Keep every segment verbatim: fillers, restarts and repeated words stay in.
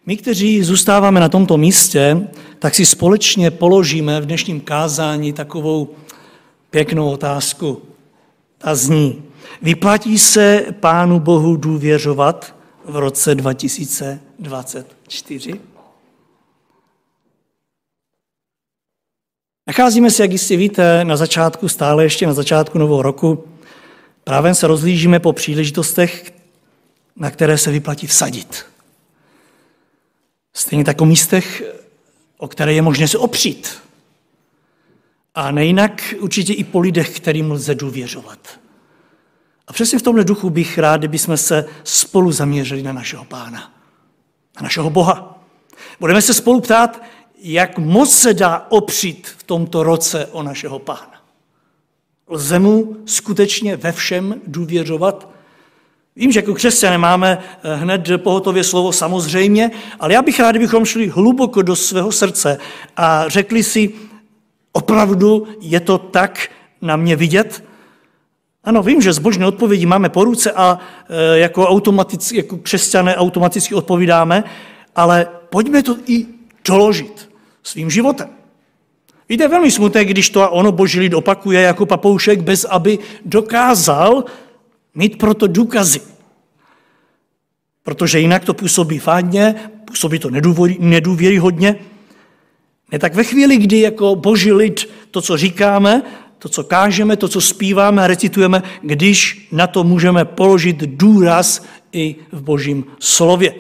My, kteří zůstáváme na tomto místě, tak si společně položíme v dnešním kázání takovou pěknou otázku. Ta zní: vyplatí se Pánu Bohu důvěřovat v roce dva tisíce dvacet čtyři? Nacházíme se, jak jistě víte, na začátku, stále ještě na začátku nového roku. Právě se rozhlížíme po příležitostech, na které se vyplatí vsadit. Stejně tak o místech, o které je možné se opřít. A nejinak určitě i po lidech, kterým lze důvěřovat. A přesně v tomhle duchu bych rád, kdybychom se spolu zaměřili na našeho Pána, na našeho Boha. Budeme se spolu ptát, jak moc se dá opřít v tomto roce o našeho Pána. Lze mu skutečně ve všem důvěřovat? Vím, že jako křesťané máme hned pohotově slovo samozřejmě, ale já bych rád, kdybychom šli hluboko do svého srdce a řekli si, opravdu je to tak na mě vidět? Ano, vím, že zbožné odpovědi máme po ruce a jako, automaticky, jako křesťané automaticky odpovídáme, ale pojďme to i doložit svým životem. Víte, je velmi smutné, když to a ono boží lid opakuje jako papoušek, bez aby dokázal mít proto důkazy. Protože jinak to působí fádně, působí to nedůvěryhodně. Ne tak ve chvíli, kdy jako boží lid to, co říkáme, to, co kážeme, to, co zpíváme a recitujeme, když na to můžeme položit důraz i v božím slově.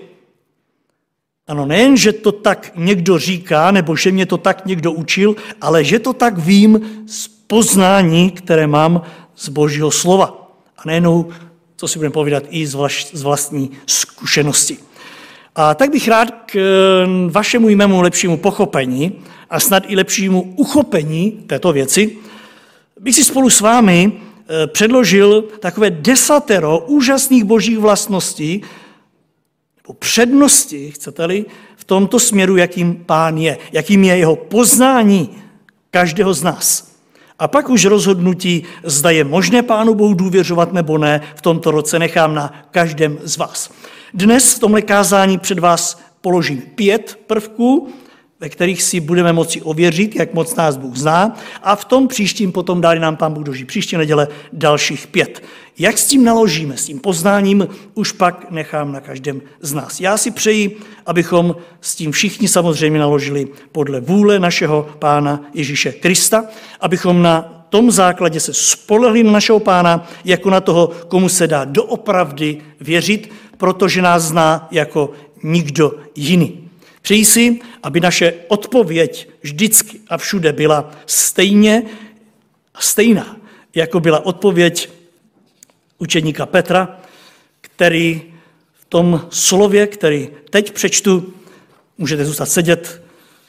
Ano, nejen, že to tak někdo říká, nebo že mě to tak někdo učil, ale že to tak vím z poznání, které mám z božího slova. A nejenom, co si budeme povídat, i z vlastní zkušenosti. A tak bych rád k vašemu i mému lepšímu pochopení a snad i lepšímu uchopení této věci bych si spolu s vámi předložil takové desatero úžasných božích vlastností, nebo přednosti, chcete-li, v tomto směru, jakým Pán je, jakým je jeho poznání každého z nás. A pak už rozhodnutí, zda je možné Pánu Bohu důvěřovat nebo ne, v tomto roce nechám na každém z vás. Dnes v tomhle kázání před vás položím pět prvků, ve kterých si budeme moci ověřit, jak moc nás Bůh zná, a v tom příštím potom dali nám Pán Bůh dožít příští neděle dalších pět. Jak s tím naložíme, s tím poznáním, už pak nechám na každém z nás. Já si přeji, abychom s tím všichni samozřejmě naložili podle vůle našeho Pána Ježíše Krista, abychom na tom základě se spolehli na našeho Pána, jako na toho, komu se dá doopravdy věřit, protože nás zná jako nikdo jiný. Přeji si, aby naše odpověď vždycky a všude byla stejně stejná, jako byla odpověď učeníka Petra, který v tom slově, který teď přečtu, můžete zůstat sedět,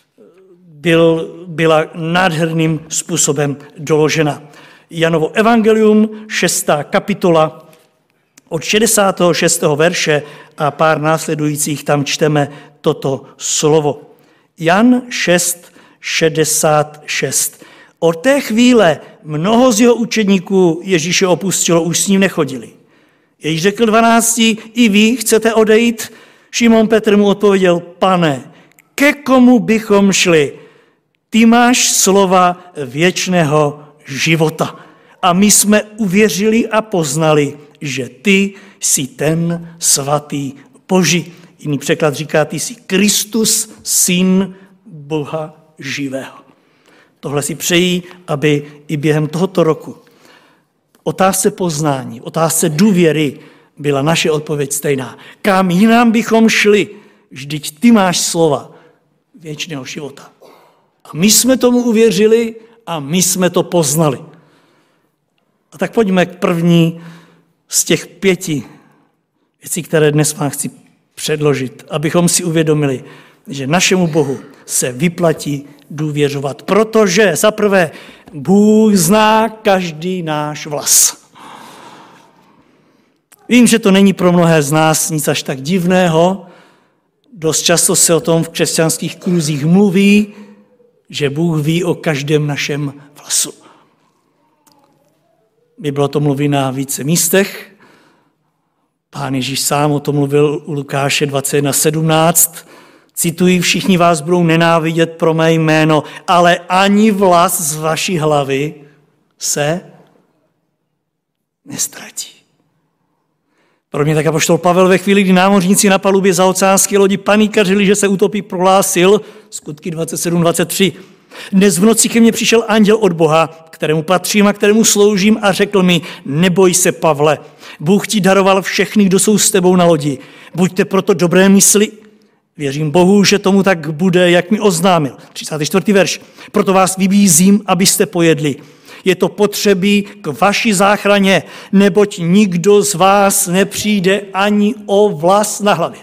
byl, byla nádherným způsobem doložena. Janovo evangelium, šestá kapitola, od šedesátého šestého verše a pár následujících tam čteme toto slovo. Jan šest šedesát šest. Od té chvíle mnoho z jeho učedníků Ježíše opustilo, už s ním nechodili. Ježíš řekl dvanácti, i vy chcete odejít? Šimon Petr mu odpověděl, Pane, ke komu bychom šli? Ty máš slova věčného života. A my jsme uvěřili a poznali, že ty jsi ten svatý Boží. Jiný překlad říká, ty jsi Kristus, syn Boha živého. Tohle si přeji, aby i během tohoto roku otázce poznání, otázce důvěry byla naše odpověď stejná. Kam jinam bychom šli? Vždyť ty máš slova věčného života. A my jsme tomu uvěřili a my jsme to poznali. A tak pojďme k první z těch pěti věcí, které dnes vám chci předložit, abychom si uvědomili, že našemu Bohu se vyplatí důvěřovat, protože za prvé Bůh zná každý náš vlas. Vím, že to není pro mnohé z nás nic až tak divného, dost často se o tom v křesťanských kruzích mluví, že Bůh ví o každém našem vlasu. Bible o tom mluví na více místech. Pán Ježíš sám o tom mluvil u Lukáše dvacet jedna sedmnáct. Cituji, všichni vás budou nenávidět pro mé jméno, ale ani vlas z vaší hlavy se nestratí. Pro mě tak apoštol Pavel ve chvíli, kdy námořníci na palubě za oceánské lodi panikařili, že se utopí, prohlásil, skutky dvacet sedm dvacet tři. Dnes v noci ke mně přišel anděl od Boha, kterému patřím a kterému sloužím a řekl mi, neboj se, Pavle, Bůh ti daroval všechny, kdo jsou s tebou na lodi. Buďte proto dobré mysli. Věřím Bohu, že tomu tak bude, jak mi oznámil. třicátý čtvrtý verš. Proto vás vybízím, abyste pojedli. Je to potřebí k vaší záchraně, neboť nikdo z vás nepřijde ani o vlas na hlavě.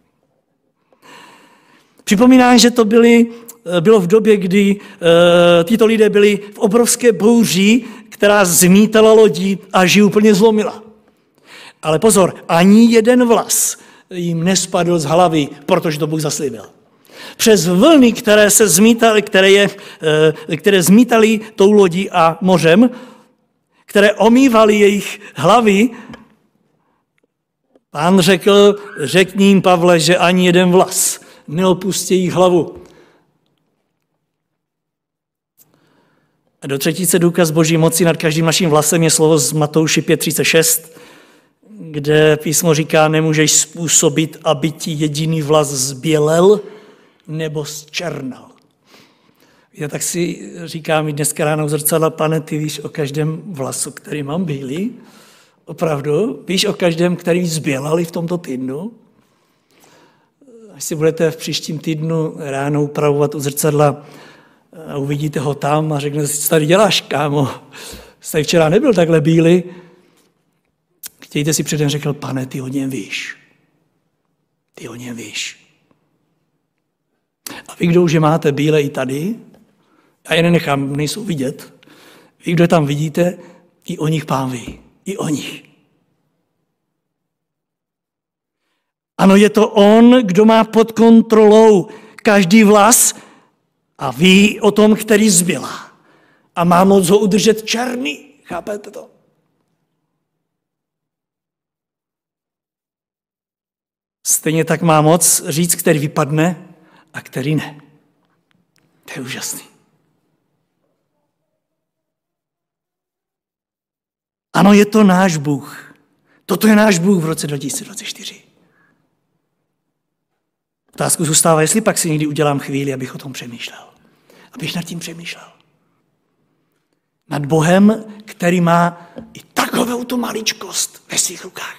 Připomínám, že to byly, bylo v době, kdy uh, tyto lidé byli v obrovské bouři, která zmítala lodi a ji úplně zlomila. Ale pozor, ani jeden vlas jim nespadl z hlavy, protože to Bůh zaslíbil. Přes vlny, které se zmítaly, které, je, které zmítaly tou lodí a mořem, které omývaly jejich hlavy, Pán řekl, řekni jim, Pavle, že ani jeden vlas neopustí jejich hlavu. A do třetice důkaz Boží moci nad každým naším vlasem je slovo z Matouši pět třicet šest, kde písmo říká, nemůžeš způsobit, aby ti jediný vlas zbělel nebo zčernal. Já tak si říkám i dneska ráno v zrcadle, Pane, ty víš o každém vlasu, který mám bílý? Opravdu? Víš o každém, který zbělali v tomto týdnu? Až si budete v příštím týdnu ráno upravovat u zrcadla a uvidíte ho tam a řeknete si, co tady děláš, kámo? Jsi včera nebyl takhle bílý. Chtějte si předem řekl, Pane, ty o něm víš. Ty o něm víš. A vy, kdo už je máte bílé i tady, já je nenechám, nejsou vidět, vy, kdo je tam vidíte, i o nich Pán ví. I o nich. Ano, je to on, kdo má pod kontrolou každý vlas a ví o tom, který zbylá. A má moc ho udržet černý. Chápete to? Stejně tak má moc říct, který vypadne a který ne. To je úžasný. Ano, je to náš Bůh. Toto je náš Bůh v roce dva tisíce dvacet čtyři. Otázku zůstává, jestli pak si někdy udělám chvíli, abych o tom přemýšlel. Abych nad tím přemýšlel. Nad Bohem, který má i takovou tu maličkost ve svých rukách.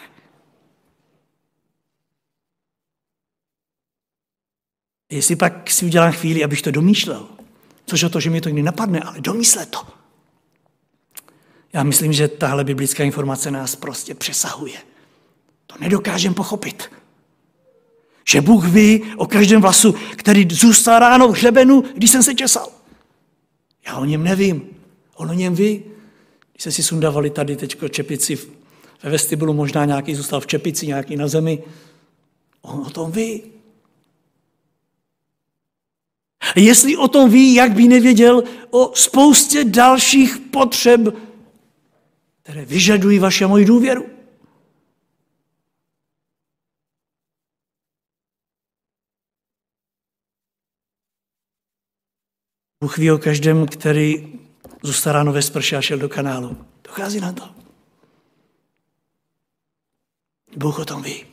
Jestli pak si udělám chvíli, abych to domýšlel, což o to, že mi to nikdy napadne, ale domyslet to. Já myslím, že tahle biblická informace nás prostě přesahuje. To nedokážeme pochopit. Že Bůh ví o každém vlasu, který zůstal ráno v hřebenu, když jsem se česal. Já o něm nevím. On o něm ví. Když se si sundavali tady teďko čepici ve vestibulu, možná nějaký zůstal v čepici, nějaký na zemi. On o tom ví. Jestli o tom ví, jak by nevěděl o spoustě dalších potřeb, které vyžadují vaše moji důvěru. Bůh ví o každém, který zůstal ráno ve sprše a šel do kanálu. Dochází na to. Bůh o tom ví.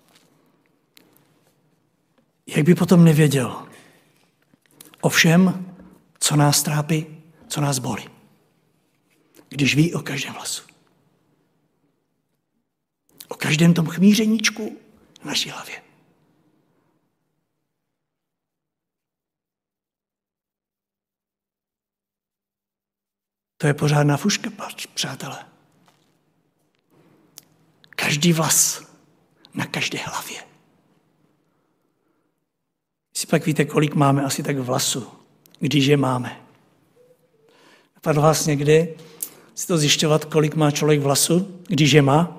Jak by potom nevěděl o všem, co nás trápí, co nás bolí. Když ví o každém vlasu. O každém tom chmířeníčku v naší hlavě. To je pořádná fuška, přátelé. Každý vlas na každé hlavě. Si pak víte, kolik máme asi tak vlasu, když je máme. Napadlo vás někdy si to zjišťovat, kolik má člověk vlasu, když je má?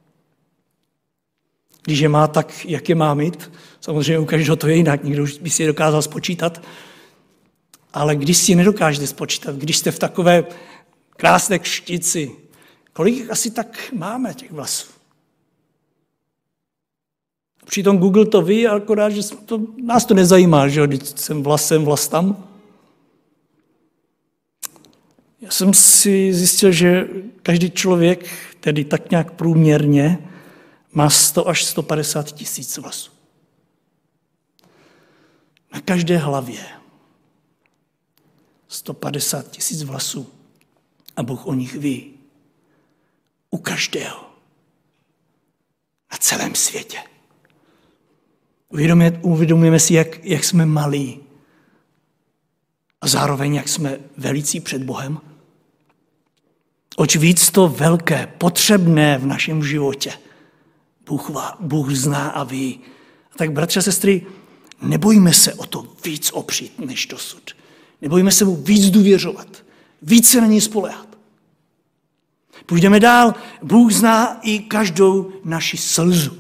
Když je má, tak jak je má mít? Samozřejmě u každého to je jinak, někdo už by si je dokázal spočítat. Ale když si je nedokážete spočítat, když jste v takové krásné kštici, kolik asi tak máme těch vlasů? Přitom Google to ví, akorát, že to, nás to nezajímá, že když jsem vlasem vlastam. Já jsem si zjistil, že každý člověk, tedy tak nějak průměrně, má sto až sto padesát tisíc vlasů. Na každé hlavě sto padesát tisíc vlasů a Bůh o nich ví. U každého. Na celém světě. Uvědomujeme, uvědomujeme si, jak, jak jsme malí a zároveň, jak jsme velicí před Bohem. Oč víc to velké, potřebné v našem životě Bůh, Bůh zná a ví. A tak, bratře a sestry, nebojme se o to víc opřít než dosud. Nebojme se mu víc důvěřovat, víc se na něj spoléhat. Půjdeme dál. Bůh zná i každou naši slzu.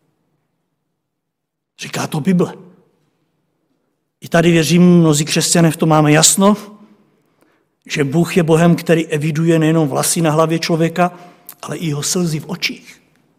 Říká to Bible. I tady věřím, mnozí křesťané v tom máme jasno, že Bůh je Bohem, který eviduje nejenom vlasy na hlavě člověka, ale i jeho slzy v očích.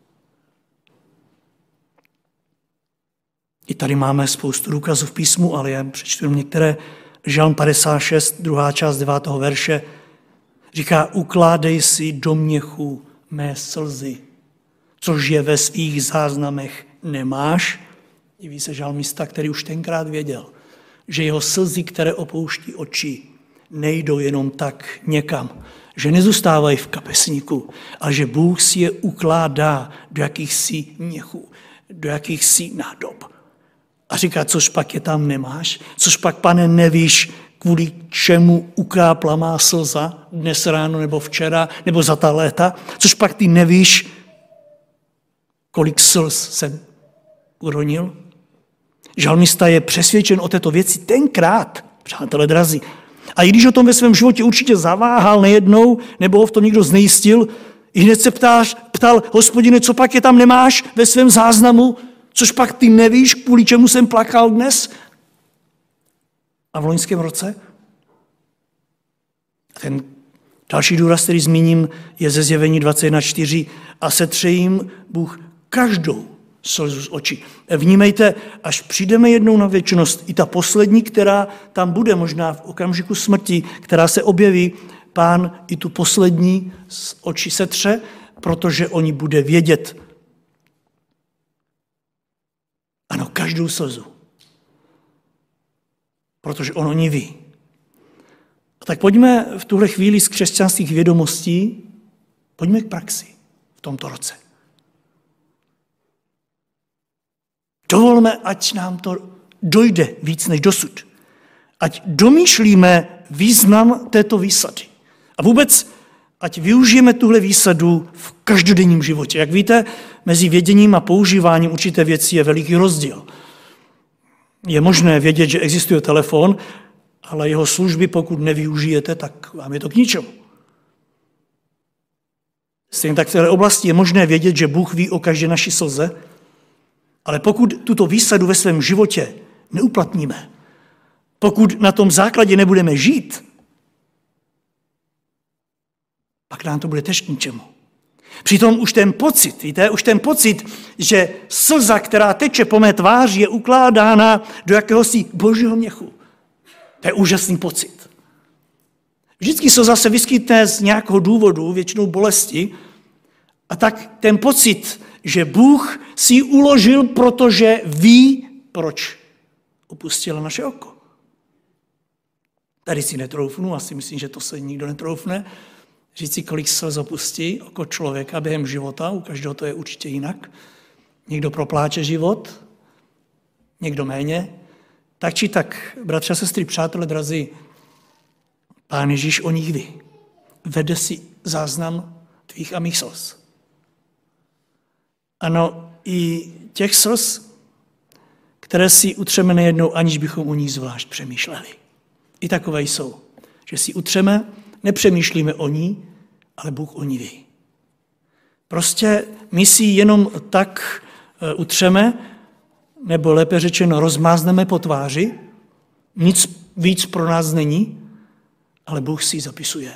I tady máme spoustu důkazů v písmu, ale já přečtu některé. Žalm padesát šest, druhá část devátého verše, říká, ukládej si do měchu mé slzy, což je ve svých záznamech nemáš. Diví se žalmista, který už tenkrát věděl, že jeho slzy, které opouští oči, nejdou jenom tak někam, že nezůstávají v kapesníku, ale že Bůh si je ukládá do jakýchsi měchů, do jakýchsi nádob. A říká, což pak je tam nemáš, což pak, Pane, nevíš, kvůli čemu ukápla má slza dnes ráno nebo včera, nebo za ta léta, což pak ty nevíš, kolik slz jsem uronil. Žalmista je přesvědčen o této věci tenkrát, přátelé drazí. A i když o tom ve svém životě určitě zaváhal nejednou, nebo ho v tom někdo znejistil, i hned se ptáš, ptal, Hospodine, co pak je tam nemáš ve svém záznamu, což pak ty nevíš, kvůli čemu jsem plakal dnes a v loňském roce? Ten další důraz, který zmíním, je ze Zjevení dvacet jedna čtyři a setře jim Bůh každou slzu z očí. Vnímejte, až přijdeme jednou na věčnost, i ta poslední, která tam bude možná v okamžiku smrti, která se objeví, Pán i tu poslední z očí setře, protože oni bude vědět. Ano, každou slzu. Protože on o ní ví. A tak pojďme v tuhle chvíli z křesťanských vědomostí, pojďme k praxi v tomto roce. Dovolme, ať nám to dojde víc než dosud. Ať domýšlíme význam této výsady. A vůbec, ať využijeme tuhle výsadu v každodenním životě. Jak víte, mezi věděním a používáním určité věci je veliký rozdíl. Je možné vědět, že existuje telefon, ale jeho služby, pokud nevyužijete, tak vám je to k ničemu. Stejně tak v této oblasti je možné vědět, že Bůh ví o každé naší slze, ale pokud tuto výsadu ve svém životě neuplatníme, pokud na tom základě nebudeme žít, pak nám to bude tež k ničemu. Přitom už ten pocit, víte, už ten pocit, že slza, která teče po mé tváři, je ukládána do jakéhosi božího měchu. To je úžasný pocit. Vždycky slza se vyskytne z nějakého důvodu, většinou bolesti, a tak ten pocit, že Bůh si ji uložil, protože ví, proč opustila naše oko. Tady si netroufnu, asi myslím, že to se nikdo netroufne, říct si, kolik slz opustí oko člověka během života, u každého to je určitě jinak. Někdo propláče život, někdo méně. Tak či tak, bratři a sestry, přátelé drazí, Pán Ježíš o nich ví. Vede si záznam tvých a mých slz. Ano, i těch slz, které si utřeme nejednou, aniž bychom o nich zvlášť přemýšleli. I takové jsou, že si utřeme, nepřemýšlíme o ní, ale Bůh o ní ví. Prostě my si jenom tak utřeme, nebo lépe řečeno rozmázneme po tváři, nic víc pro nás není, ale Bůh si ji zapisuje.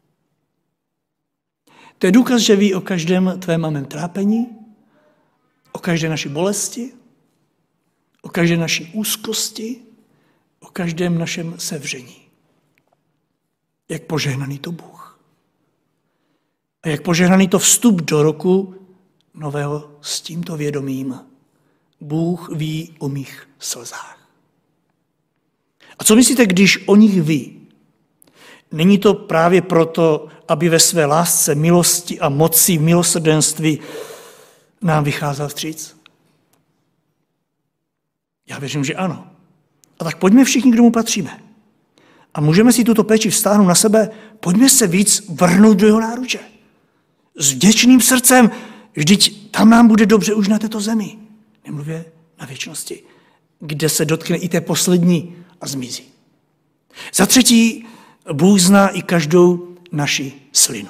To je důkaz, že ví o každém tvém a mém trápení, o každé naší bolesti, o každé naší úzkosti, o každém našem sevření. Jak požehnaný to Bůh. A jak požehnaný to vstup do roku nového s tímto vědomím. Bůh ví o mých slzách. A co myslíte, když o nich ví? Není to právě proto, aby ve své lásce, milosti a moci, milosrdenství nám vycházel vstříc? Já věřím, že ano. A tak pojďme všichni, kdo mu patříme. A můžeme si tuto péči vztáhnout na sebe, pojďme se víc vrhnout do jeho náruče. S vděčným srdcem, vždyť tam nám bude dobře už na této zemi. Nemluvě na věčnosti, kde se dotkne i té poslední a zmizí. Za třetí, Bůh zná i každou naši slinu.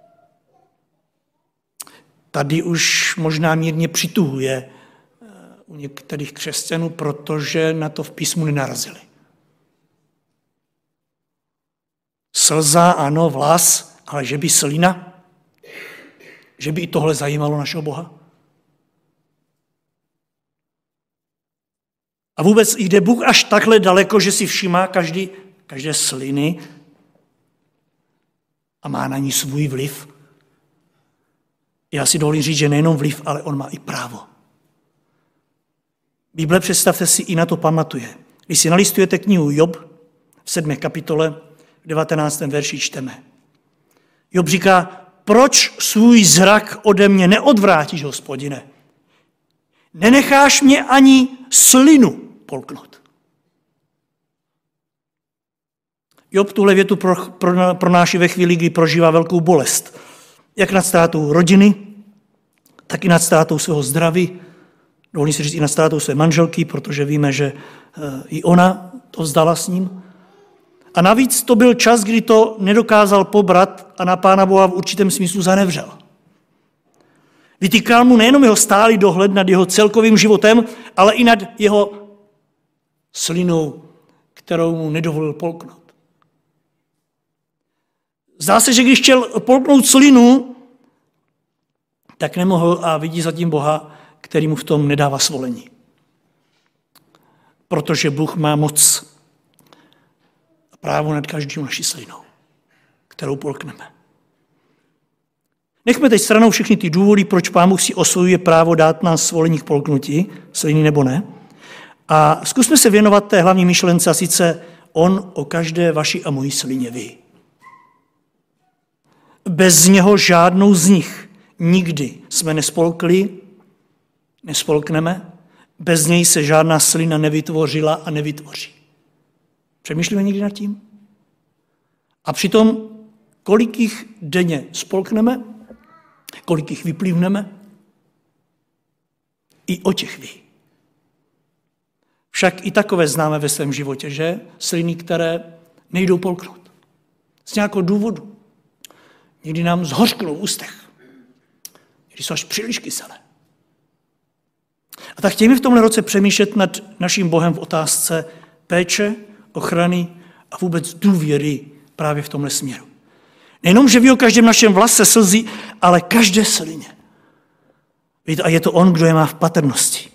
Tady už možná mírně přituhuje u některých křesťanů, protože na to v písmu nenarazili. Slza, ano, vlas, ale že by slina? Že by i tohle zajímalo našeho Boha? A vůbec jde Bůh až takhle daleko, že si všímá každý, každé sliny a má na ní svůj vliv? Já si dovolím říct, že nejenom vliv, ale on má i právo. Bible, představte si, i na to pamatuje. Když si nalistujete knihu Job v sedmé kapitole, v devatenáctém verši čteme. Job říká, proč svůj zrak ode mě neodvrátíš, Hospodine? Nenecháš mě ani slinu polknout. Job tuhle větu pronáší ve chvíli, kdy prožívá velkou bolest. Jak nad ztrátou rodiny, tak i nad ztrátou svého zdraví. Dovolím si říct i nad ztrátou své manželky, protože víme, že i ona to vzdala s ním. A navíc to byl čas, kdy to nedokázal pobrat a na Pána Boha v určitém smyslu zanevřel. Vytýkal mu nejenom jeho stálý dohled nad jeho celkovým životem, ale i nad jeho slinou, kterou mu nedovolil polknout. Zdá se, že když chtěl polknout slinu, tak nemohl a vidí zatím Boha, který mu v tom nedává svolení. Protože Bůh má moc a právo nad každou naší slinou, kterou polkneme. Nechme teď stranou všechny ty důvody, proč Pán Bůh si osvojuje právo dát nám svolení k polknutí, sliny nebo ne. A zkusme se věnovat té hlavní myšlence, a sice on o každé vaší a mojí slině ví. Bez něho žádnou z nich nikdy jsme nespolkli, nespolkneme, bez něj se žádná slina nevytvořila a nevytvoří. Přemýšlíme někdy nad tím? A přitom, kolik jich denně spolkneme, kolik jich vyplivneme, i o těch ví. Však i takové známe ve svém životě, že? Sliny, které nejdou polknout. Z nějakého důvodu. Někdy nám zhořknou v ústech. Někdy jsou až příliš kyselé. A tak chtějme v tomhle roce přemýšlet nad naším Bohem v otázce péče, ochrany a vůbec důvěry právě v tomhle směru. Nejenom, že ví o každém našem vlase slzí, ale každé slině. Víte, a je to on, kdo je má v patrnosti.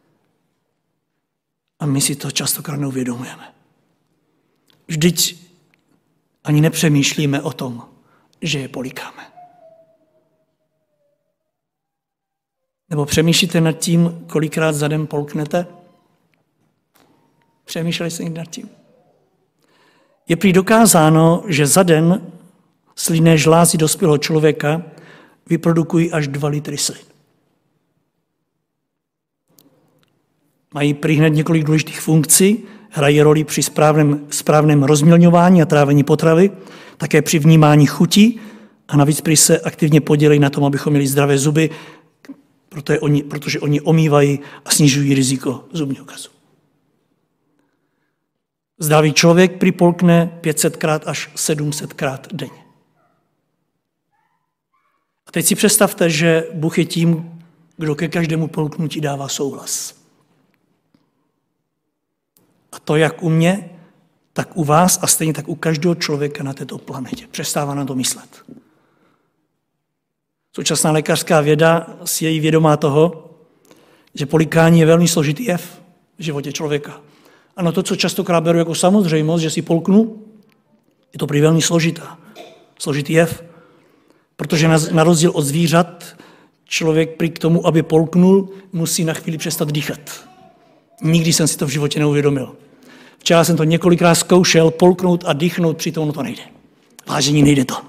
A my si to častokrát neuvědomujeme. Vždyť ani nepřemýšlíme o tom, že je polikáme. Nebo přemýšlíte nad tím, kolikrát za den polknete? Přemýšleli jste někdy nad tím? Je prý dokázáno, že za den slinné žlázy dospělého člověka vyprodukují až dva litry slin. Mají prý hned několik důležitých funkcí, hrají roli při správném, správném rozmělňování a trávení potravy, také při vnímání chutí a navíc prý se aktivně podílejí na tom, abychom měli zdravé zuby, protože oni, protože oni omývají a snižují riziko zubního kazu. Zdravý člověk připolkne pět set krát až sedm set krát denně. A teď si představte, že Bůh je tím, kdo ke každému polknutí dává souhlas. A to jak u mě, tak u vás a stejně tak u každého člověka na této planetě. Přestává na to myslet. Současná lékařská věda si je vědomá toho, že polikání je velmi složitý jev v životě člověka. Ano, to, co častokrát beru jako samozřejmost, že si polknu, je to prý velmi složitá, složitý jev, protože na, na rozdíl od zvířat člověk prý k tomu, aby polknul, musí na chvíli přestat dýchat. Nikdy jsem si to v životě neuvědomil. Včera jsem to několikrát zkoušel, polknout a dýchnout, přitom ono to nejde. Vážení, nejde to.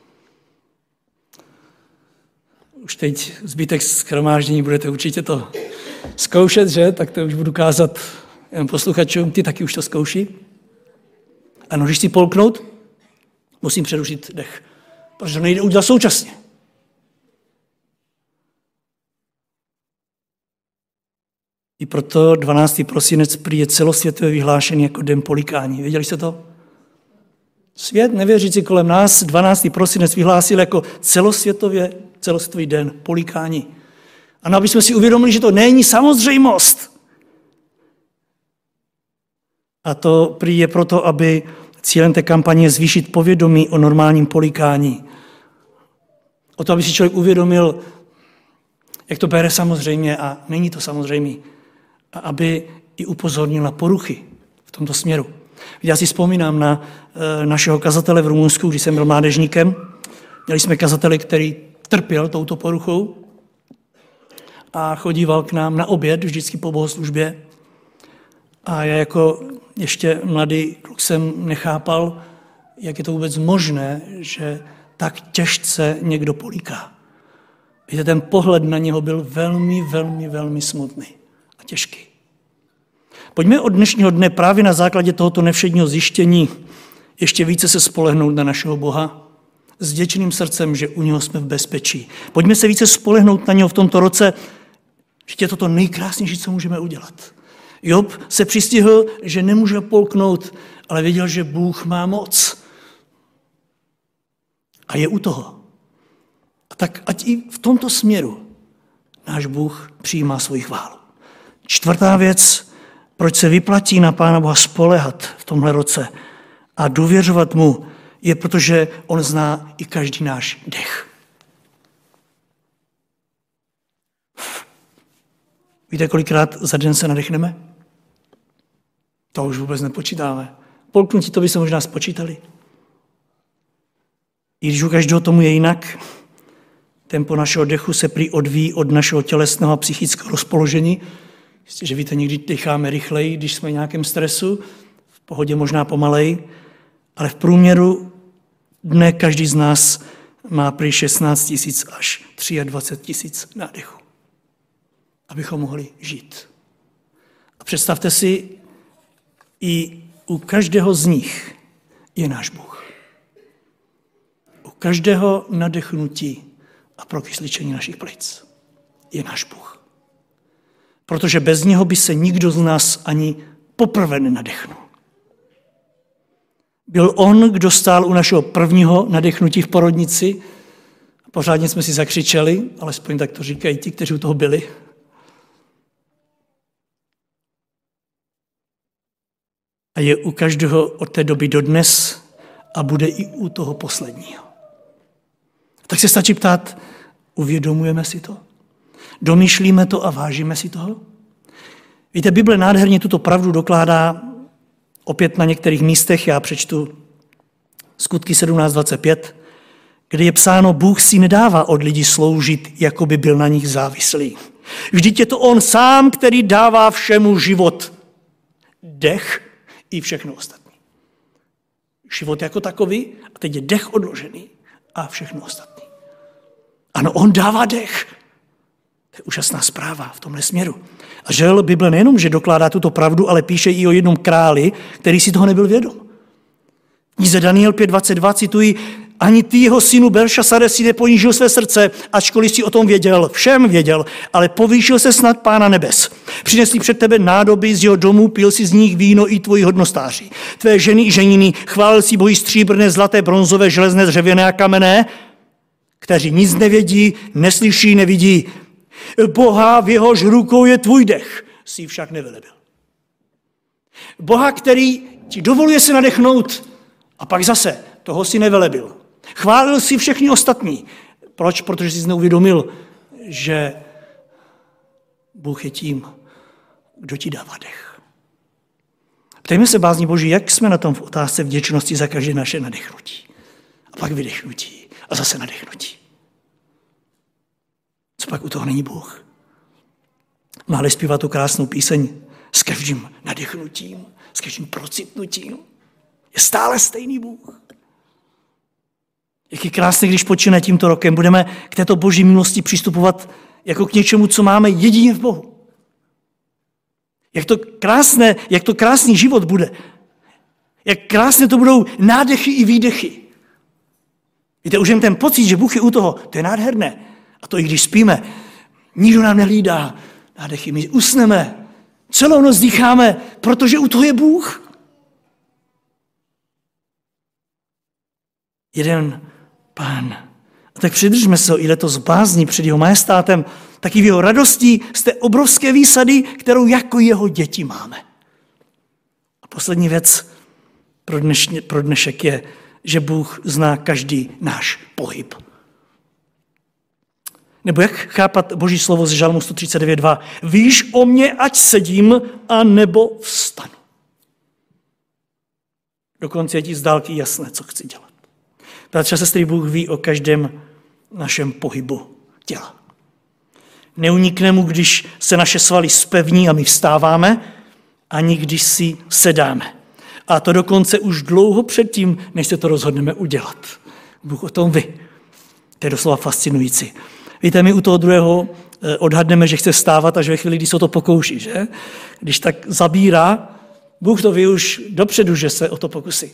Už teď zbytek shromáždění budete určitě to zkoušet, že? Tak to už budu kázat jen posluchačům, ty taky už to zkouší. Ano, když si polknout, musím přerušit dech, protože to nejde udělat současně. I proto dvanáctého prosinec prý je celosvětově vyhlášený jako den polikání. Věděli jste to? Svět nevěřící kolem nás dvanáctého prosinec vyhlásil jako celosvětově, celosvětový den polikání. A aby jsme si uvědomili, že to není samozřejmost. A to prý je proto, aby cílem té kampaně je zvýšit povědomí o normálním polikání. O to, aby si člověk uvědomil, jak to bere samozřejmě a není to samozřejmé. A aby i upozornil na poruchy v tomto směru. Já si vzpomínám na e, našeho kazatele v Rumunsku, když jsem byl mládežníkem. Měli jsme kazatele, který trpěl touto poruchou a chodíval k nám na oběd, vždycky po bohoslužbě. A já jako ještě mladý kluk jsem nechápal, jak je to vůbec možné, že tak těžce někdo poliká. Víte, ten pohled na něho byl velmi, velmi, velmi smutný a těžký. Pojďme od dnešního dne právě na základě tohoto nevšedního zjištění ještě více se spolehnout na našeho Boha s vděčným srdcem, že u něho jsme v bezpečí. Pojďme se více spolehnout na něho v tomto roce, že je to to nejkrásnější, co můžeme udělat. Job se přistihl, že nemůže polknout, ale věděl, že Bůh má moc. A je u toho. A tak ať i v tomto směru náš Bůh přijímá svoji chválu. Čtvrtá věc, proč se vyplatí na Pána Boha spoléhat v tomhle roce a důvěřovat mu, je protože on zná i každý náš dech. Víte, kolikrát za den se nadechneme? To už vůbec nepočítáme. Polknutí to by se možná spočítali. I když u každého tomu je jinak, tempo našeho dechu se prý odvíjí od našeho tělesného a psychického rozpoložení. Jistě, že víte, někdy decháme rychleji, když jsme v nějakém stresu, v pohodě možná pomalej, ale v průměru dne každý z nás má prý šestnáct tisíc až dvacet tři tisíc nádechu, abychom mohli žít. A představte si, i u každého z nich je náš Bůh. U každého nadechnutí a prokysličení našich plic je náš Bůh. Protože bez něho by se nikdo z nás ani poprvé nenadechnul. Byl on, kdo stál u našeho prvního nadechnutí v porodnici. Pořádně jsme si zakřičeli, alespoň tak to říkají ti, kteří u toho byli. A je u každého od té doby dodnes a bude i u toho posledního. Tak se stačí ptát, uvědomujeme si to? Domýšlíme to a vážíme si toho? Víte, Bible nádherně tuto pravdu dokládá opět na některých místech. Já přečtu Skutky sedmnáct dvacet pět, kde je psáno, Bůh si nedává od lidí sloužit, jako by byl na nich závislý. Vždyť je to on sám, který dává všemu život, dech i všechno ostatní. Život jako takový a teď je dech odložený a všechno ostatní. Ano, on dává dech. To je úžasná zpráva v tomhle směru. A žel Bible nejenom, že dokládá tuto pravdu, ale píše i o jednom králi, který si toho nebyl vědom. V knize Daniel pět dvacet dva cituji, ani ty jeho synu Belšasare si neponížil své srdce, ačkoliv si o tom věděl, všem věděl, ale povýšil se snad Pána nebes. Přinesli před tebe nádoby z jeho domu, pil si z nich víno i tvoji hodnostáři. Tvé ženy i ženiny, chválil si bohy stříbrné, zlaté, bronzové, železné, dřevěné a kamenné, kteří nic nevědí, neslyší, nevidí. Boha, v jehož rukou je tvůj dech, si však nevelebil. Boha, který ti dovoluje se nadechnout a pak zase toho si nevelebil. Chválil si všechny ostatní. Proč? Protože jsi neuvědomil, že Bůh je tím, kdo ti dává dech. Ptejme se, bázní Boží, jak jsme na tom v otázce vděčnosti za každé naše nadechnutí. A pak vydechnutí. A zase nadechnutí. Co pak u toho není Bůh? Máli zpívat tu krásnou píseň s každým nadechnutím, s každým procitnutím. Je stále stejný Bůh. Jak je krásné, když počíná tímto rokem, budeme k této Boží milosti přistupovat jako k něčemu, co máme jedině v Bohu. Jak to krásné, jak to krásný život bude. Jak krásně to budou nádechy i výdechy. Víte, už jen ten pocit, že Bůh je u toho, to je nádherné. A to i když spíme, nikdo nám nehlídá nádechy. My usneme, celou noc dýcháme, protože u toho je Bůh. Jeden Pán. A tak přidržme se ho i letos bázní před jeho majestátem, taky v jeho radostí z té obrovské výsady, kterou jako jeho děti máme. A poslední věc pro, dnešně, pro dnešek je, že Bůh zná každý náš pohyb. Nebo jak chápat Boží slovo z Žalmu sto třicet devět dva? Víš o mě, ať sedím, a nebo vstanu. Dokonce je ti z dálky jasné, co chci dělat. Bratře a sestry, Bůh ví o každém našem pohybu těla. Neunikne mu, když se naše svaly zpevní a my vstáváme, ani když si sedáme. A to dokonce už dlouho předtím, než se to rozhodneme udělat. Bůh o tom ví. To je doslova fascinující. Víte, my u toho druhého odhadneme, že chce vstávat, až ve chvíli, kdy se o to pokouší, že? Když tak zabírá, Bůh to ví už dopředu, že se o to pokusí.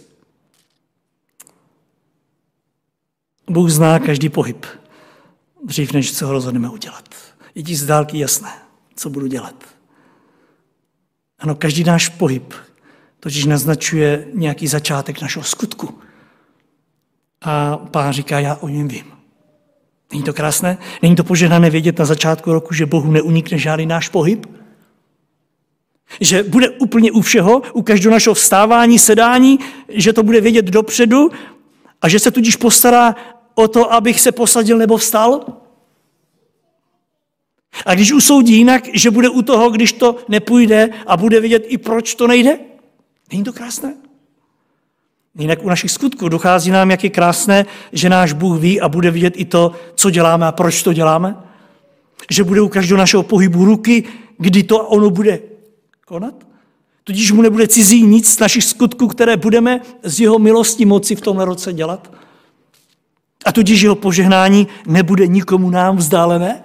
Bůh zná každý pohyb, dřív než se ho rozhodneme udělat. Je ti z dálky jasné, co budu dělat. Ano, každý náš pohyb totiž naznačuje nějaký začátek našeho skutku. A Pán říká, já o něm vím. Není to krásné? Není to požehnané vědět na začátku roku, že Bohu neunikne žádný náš pohyb? Že bude úplně u všeho, u každého našeho vstávání, sedání, že to bude vědět dopředu a že se tudíž postará o to, abych se posadil nebo vstal? A když usoudí jinak, že bude u toho, když to nepůjde a bude vědět i proč to nejde? Není to krásné? Jinak u našich skutků dochází nám, jak je krásné, že náš Bůh ví a bude vidět i to, co děláme a proč to děláme. Že bude u každého našeho pohybu ruky, kdy to ono bude konat. Tudíž mu nebude cizí nic z našich skutků, které budeme z jeho milosti moci v tomhle roce dělat. A tudíž jeho požehnání nebude nikomu nám vzdálené.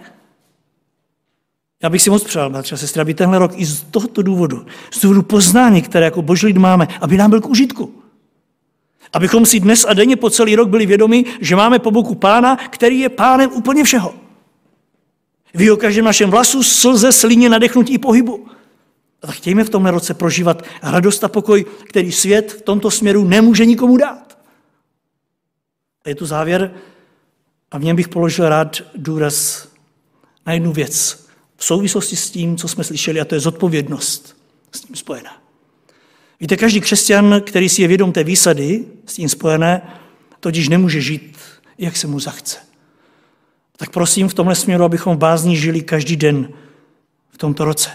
Já bych si moc přál, bratře a sestry, aby tenhle rok i z tohoto důvodu, z důvodu poznání, které jako boží lid máme, aby nám byl k užitku. Abychom si dnes a denně po celý rok byli vědomi, že máme po boku Pána, který je Pánem úplně všeho. Ví o každém našem vlasu, slze, slině, nadechnutí pohybu. A tak chtějme v tomhle roce prožívat radost a pokoj, který svět v tomto směru nemůže nikomu dát. A je tu závěr a v něm bych položil rád důraz na jednu věc v souvislosti s tím, co jsme slyšeli, a to je zodpovědnost s tím spojená. Víte, každý křesťan, který si je vědom té výsady s tím spojené, totiž nemůže žít, jak se mu zachce. Tak prosím v tomhle směru, abychom v bázni žili každý den v tomto roce.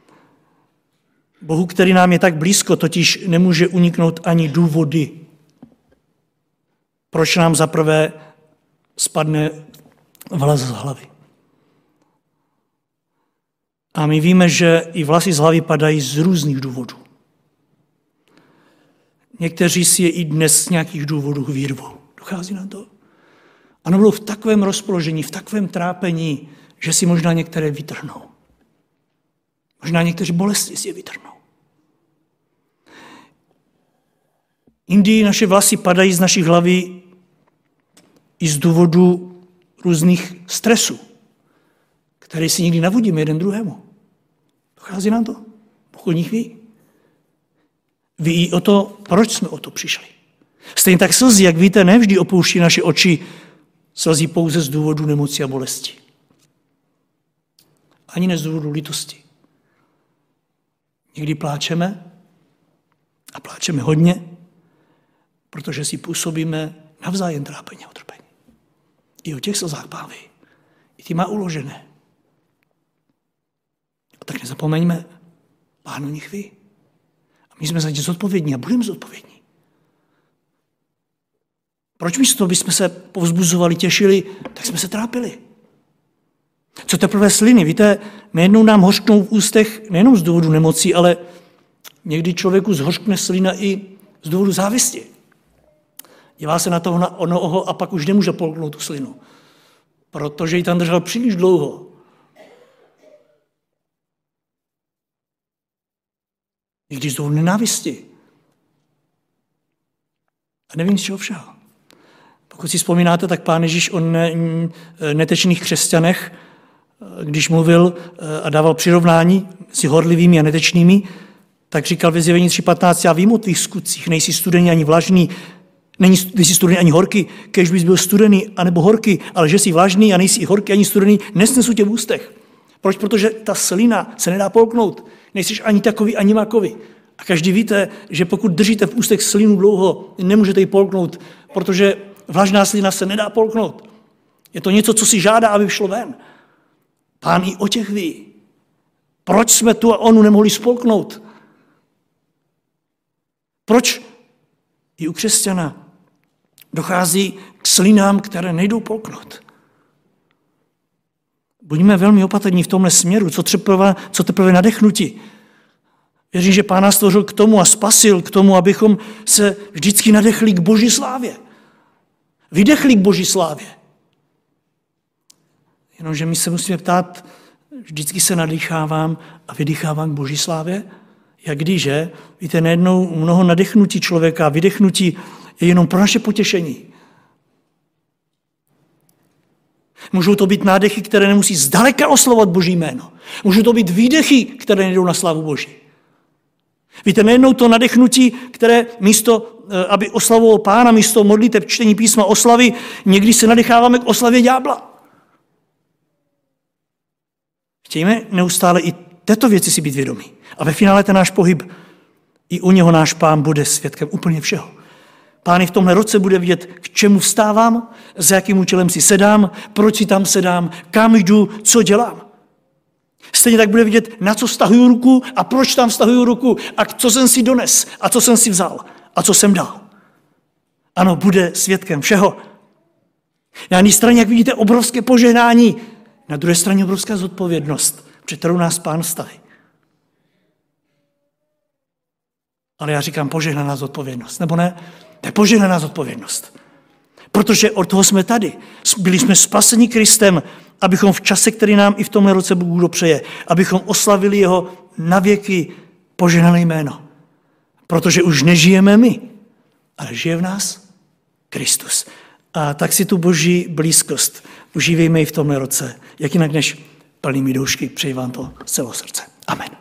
Bohu, který nám je tak blízko, totiž nemůže uniknout ani důvody, proč nám zaprvé spadne vlas z hlavy. A my víme, že i vlasy z hlavy padají z různých důvodů. Někteří si je i dnes z nějakých důvodů vyrvou. Dochází na to? Ano, budou v takovém rozpoložení, v takovém trápení, že si možná některé vytrhnou. Možná někteří bolesti si je vytrhnou. Jindy naše vlasy padají z našich hlavy i z důvodu různých stresů, které si někdy navodíme jeden druhému. Dochází nám to? Pokud nich ví. Ví o to, proč jsme o to přišli. Stejně tak slzy, jak víte, nevždy opouští naše oči, slzí pouze z důvodu nemoci a bolesti. Ani ne z důvodu lítosti. Někdy pláčeme a pláčeme hodně, protože si působíme navzájem trápení a utrpení. I o těch slzách Pán ví. I ty má uložené. tak nezapomeňme, Pán o nich ví. A my jsme za ně zodpovědní a budeme zodpovědní. Proč místo, aby jsme se povzbuzovali, těšili, tak jsme se trápili. Co teprve sliny? Víte, nejednou nám hořknou v ústech nejenom z důvodu nemocí, ale někdy člověku zhořkne slina i z důvodu závisti. Dívá se na toho na onoho a pak už nemůže polknout tu slinu, protože ji tam držel příliš dlouho. Někdy z důvodu nenávisti. A nevím z čeho všeho. Pokud si vzpomínáte, tak Pán Ježíš o ne, netečných křesťanech, když mluvil a dával přirovnání si horlivými a netečnými, tak říkal ve Zjevení tři patnáct, já vím o tvých skutcích, nejsi studený ani vlažný, není, nejsi studený ani horký, kež bys byl studený anebo horký, ale že jsi vlažný a nejsi horký ani studený, nesnesu tě v ústech. Proč? Protože ta slina se nedá polknout. Nejsi ani takový, ani makový. A každý víte, že pokud držíte v ústech slinu dlouho, nemůžete ji polknout, protože vlažná slina se nedá polknout. Je to něco, co si žádá, aby šlo ven. Pán i o těch ví. Proč jsme tu a onu nemohli spolknout? Proč i u křesťana dochází k slinám, které nejdou polknout? Buďme velmi opatrní v tomhle směru, co teprve, co teprve nadechnutí. Věřím, že Pán nás stvořil k tomu a spasil k tomu, abychom se vždycky nadechli k Boží slávě. Vydechli k Boží slávě. Jenomže my se musíme ptát, vždycky se nadýchávám a vydýchávám k Boží slávě? Jak když, že? Víte, nejednou mnoho nadechnutí člověka, vydechnutí je jenom pro naše potěšení. Můžou to být nádechy, které nemusí zdaleka oslovovat Boží jméno. Můžou to být výdechy, které nejdou na slávu Boží. Víte, nejednou to nadechnutí, které místo, aby oslavovalo Pána, místo modliteb, čtení písma, oslavy, někdy se nadecháváme k oslavě ďábla. Chtějme neustále i této věci si být vědomí. A ve finále ten náš pohyb, i u něho náš Pán bude svědkem úplně všeho. Pán i v tomhle roce bude vidět, k čemu vstávám, za jakým účelem si sedám, proč si tam sedám, kam jdu, co dělám. Stejně tak bude vidět, na co vztahuju ruku a proč tam vztahuju ruku a co jsem si dones a co jsem si vzal a co jsem dal. Ano, bude svědkem všeho. Na jedné straně, jak vidíte, obrovské požehnání, na druhé straně obrovská zodpovědnost, před kterou nás Pán staví. Ale já říkám požehnaná zodpovědnost, nebo ne? To je požehnaná zodpovědnost. Protože od toho jsme tady. Byli jsme spaseni Kristem, abychom v čase, který nám i v tomhle roce Bůh dopřeje, abychom oslavili jeho navěky požehnané jméno. Protože už nežijeme my, ale žije v nás Kristus. A tak si tu Boží blízkost užívejme i v tomhle roce. Jak jinak než plnými doušky. Přeji vám to z celého srdce. Amen.